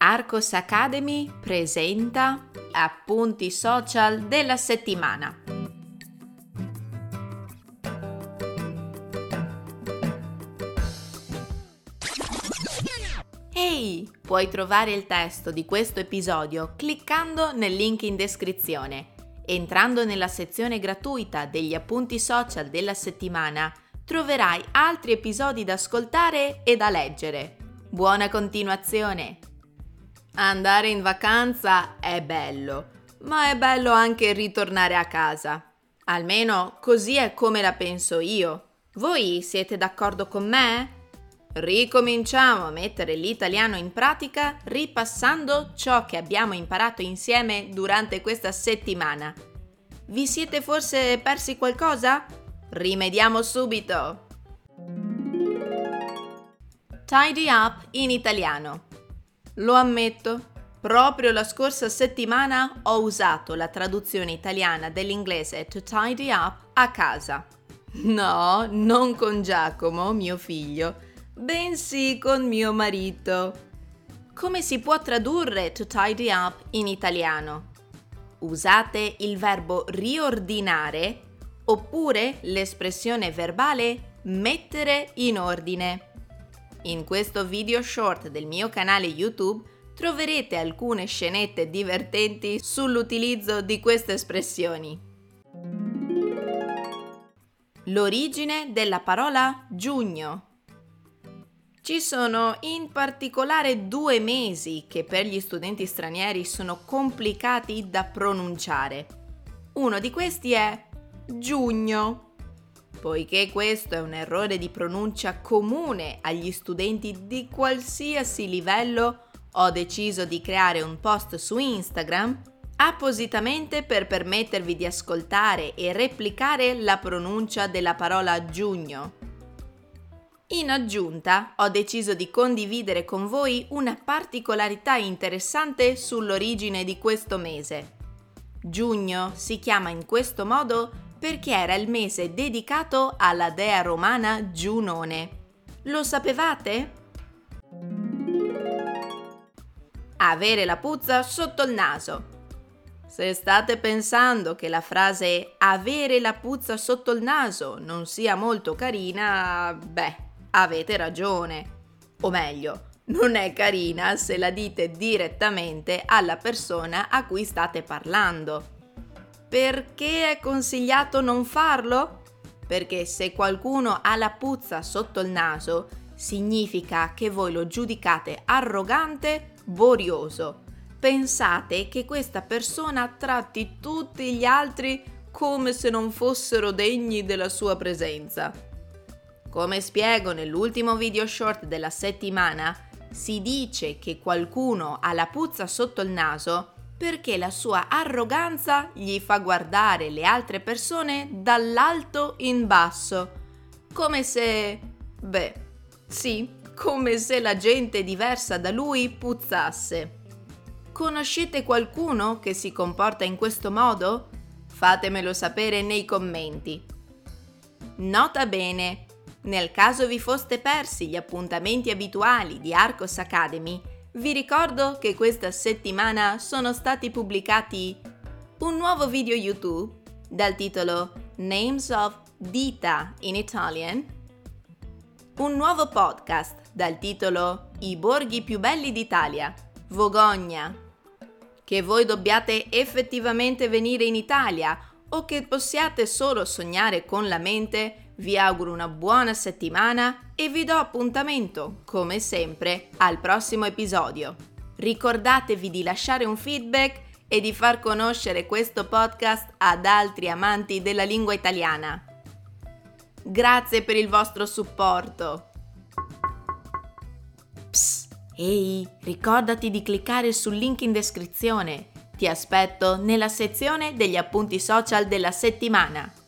Arcos Academy presenta Appunti social della settimana. Ehi, puoi trovare il testo di questo episodio cliccando nel link in descrizione. Entrando nella sezione gratuita degli appunti social della settimana, troverai altri episodi da ascoltare e da leggere. Buona continuazione! Andare in vacanza è bello, ma è bello anche ritornare a casa. Almeno così è come la penso io. Voi siete d'accordo con me? Ricominciamo a mettere l'italiano in pratica ripassando ciò che abbiamo imparato insieme durante questa settimana. Vi siete forse persi qualcosa? Rimediamo subito! Tidy up in italiano. Lo ammetto, proprio la scorsa settimana ho usato la traduzione italiana dell'inglese to tidy up a casa. No, non con Giacomo, mio figlio, bensì con mio marito. Come si può tradurre to tidy up in italiano? Usate il verbo riordinare oppure l'espressione verbale mettere in ordine. In questo video short del mio canale YouTube troverete alcune scenette divertenti sull'utilizzo di queste espressioni. L'origine della parola giugno. Ci sono in particolare 2 mesi che per gli studenti stranieri sono complicati da pronunciare. Uno di questi è giugno. Poiché questo è un errore di pronuncia comune agli studenti di qualsiasi livello, ho deciso di creare un post su Instagram appositamente per permettervi di ascoltare e replicare la pronuncia della parola giugno. In aggiunta, ho deciso di condividere con voi una particolarità interessante sull'origine di questo mese. Giugno si chiama in questo modo perché era il mese dedicato alla dea romana Giunone. Lo sapevate? Avere la puzza sotto il naso. Se state pensando che la frase avere la puzza sotto il naso non sia molto carina, avete ragione. O meglio, non è carina se la dite direttamente alla persona a cui state parlando. Perché è consigliato non farlo? Perché se qualcuno ha la puzza sotto il naso, significa che voi lo giudicate arrogante, borioso. Pensate che questa persona tratti tutti gli altri come se non fossero degni della sua presenza. Come spiego nell'ultimo video short della settimana, si dice che qualcuno ha la puzza sotto il naso perché la sua arroganza gli fa guardare le altre persone dall'alto in basso, come se, come se la gente diversa da lui puzzasse. Conoscete qualcuno che si comporta in questo modo? Fatemelo sapere nei commenti. Nota bene, nel caso vi foste persi gli appuntamenti abituali di Arcos Academy, vi ricordo che questa settimana sono stati pubblicati un nuovo video YouTube dal titolo Names of Dita in Italian, un nuovo podcast dal titolo I borghi più belli d'Italia, Vogogna, che voi dobbiate effettivamente venire in Italia o che possiate solo sognare con la mente. Vi auguro una buona settimana e vi do appuntamento, come sempre, al prossimo episodio. Ricordatevi di lasciare un feedback e di far conoscere questo podcast ad altri amanti della lingua italiana. Grazie per il vostro supporto. Ehi, ricordati di cliccare sul link in descrizione. Ti aspetto nella sezione degli appunti social della settimana.